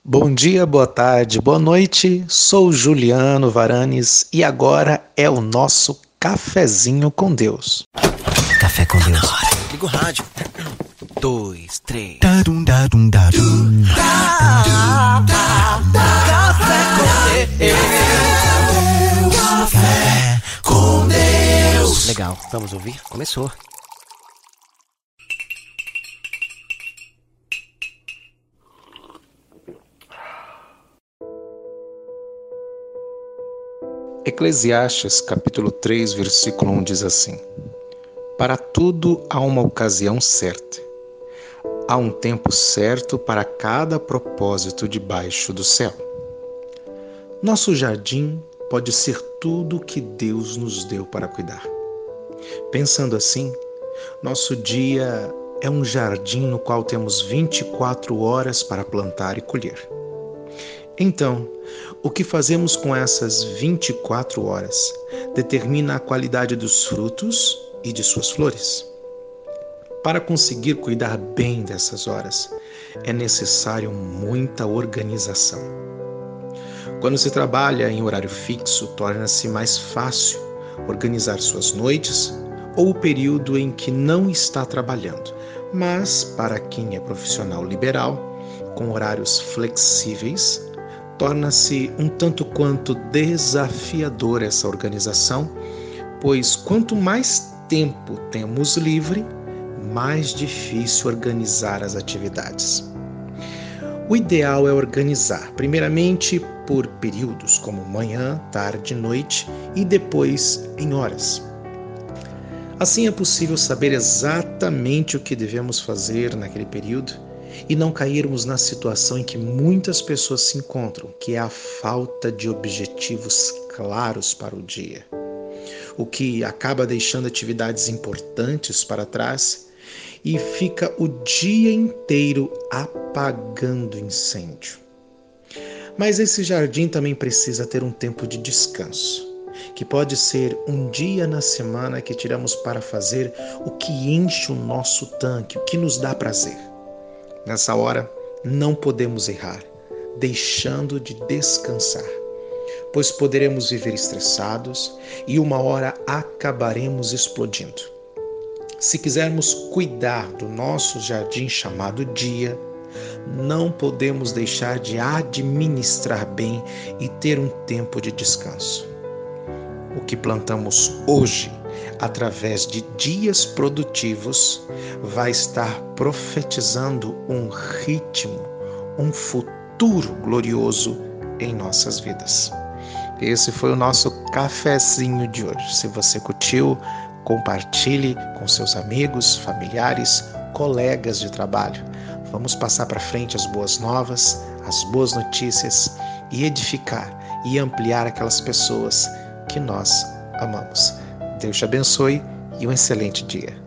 Bom dia, boa tarde, boa noite. Sou Juliano Varanes e agora é o nosso cafezinho com Deus. Café com Deus. Liga o rádio. 2, 3. Café com Deus. Legal, vamos ouvir? Começou. Eclesiastes capítulo 3, versículo 1 diz assim: Para tudo há uma ocasião certa. Há um tempo certo para cada propósito debaixo do céu. Nosso jardim pode ser tudo o que Deus nos deu para cuidar. Pensando assim, nosso dia é um jardim no qual temos 24 horas para plantar e colher. Então, o que fazemos com essas 24 horas determina a qualidade dos frutos e de suas flores. Para conseguir cuidar bem dessas horas, é necessário muita organização. Quando se trabalha em horário fixo, torna-se mais fácil organizar suas noites ou o período em que não está trabalhando. Mas, para quem é profissional liberal, com horários flexíveis, torna-se um tanto quanto desafiador essa organização, pois quanto mais tempo temos livre, mais difícil organizar as atividades. O ideal é organizar, primeiramente por períodos, como manhã, tarde, noite e depois em horas. Assim é possível saber exatamente o que devemos fazer naquele período e não cairmos na situação em que muitas pessoas se encontram, que é a falta de objetivos claros para o dia, o que acaba deixando atividades importantes para trás e fica o dia inteiro apagando incêndio. Mas esse jardim também precisa ter um tempo de descanso, que pode ser um dia na semana que tiramos para fazer o que enche o nosso tanque, o que nos dá prazer. Nessa hora, não podemos errar, deixando de descansar, pois poderemos viver estressados e uma hora acabaremos explodindo. Se quisermos cuidar do nosso jardim chamado dia, não podemos deixar de administrar bem e ter um tempo de descanso. O que plantamos hoje, através de dias produtivos, vai estar profetizando um ritmo, um futuro glorioso em nossas vidas. Esse foi o nosso cafezinho de hoje. Se você curtiu, compartilhe com seus amigos, familiares, colegas de trabalho. Vamos passar para frente as boas novas, as boas notícias e edificar e ampliar aquelas pessoas que nós amamos. Deus te abençoe e um excelente dia.